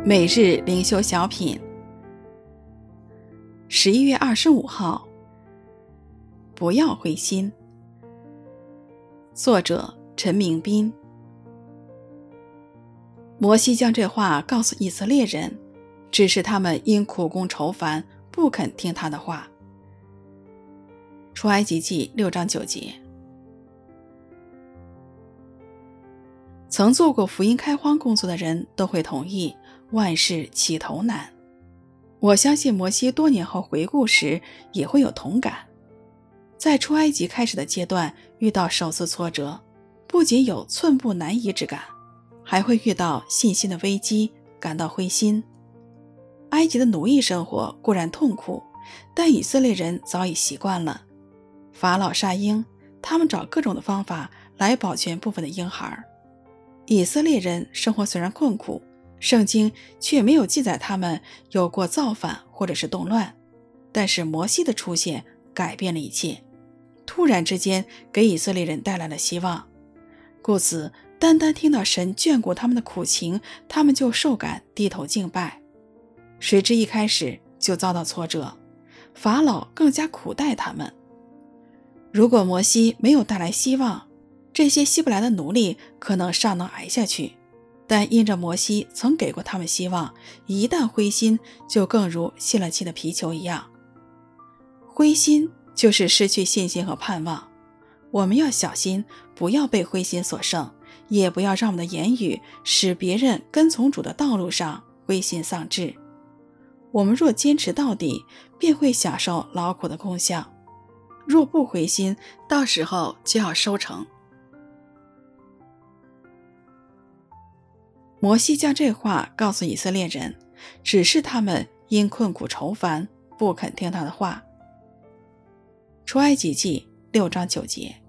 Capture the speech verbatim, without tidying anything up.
每日灵修小品，十一月二十五号，不要灰心。作者陈明斌。摩西将这话告诉以色列人，只是他们因苦功愁烦，不肯听他的话。出埃及记六章九节。曾做过福音开荒工作的人都会同意，万事起头难。我相信摩西多年后回顾时也会有同感。在出埃及开始的阶段遇到首次挫折，不仅有寸步难移之感，还会遇到信心的危机，感到灰心。埃及的奴役生活固然痛苦，但以色列人早已习惯了。法老杀婴，他们找各种的方法来保全部分的婴孩。以色列人生活虽然困苦，圣经却没有记载他们有过造反或者是动乱，但是摩西的出现改变了一切，突然之间给以色列人带来了希望。故此单单听到神眷顾他们的苦情，他们就受感低头敬拜。谁知一开始就遭到挫折，法老更加苦待他们。如果摩西没有带来希望，这些希伯来的奴隶可能尚能挨下去，但因着摩西曾给过他们希望，一旦灰心，就更如泄了气的皮球一样。灰心就是失去信心和盼望。我们要小心，不要被灰心所胜，也不要让我们的言语使别人跟从主的道路上灰心丧志。我们若坚持到底，便会享受劳苦的功效；若不灰心，到时候就要收成。摩西将这话告诉以色列人，只是他们因困苦愁烦，不肯听他的话。出埃及记六章九节。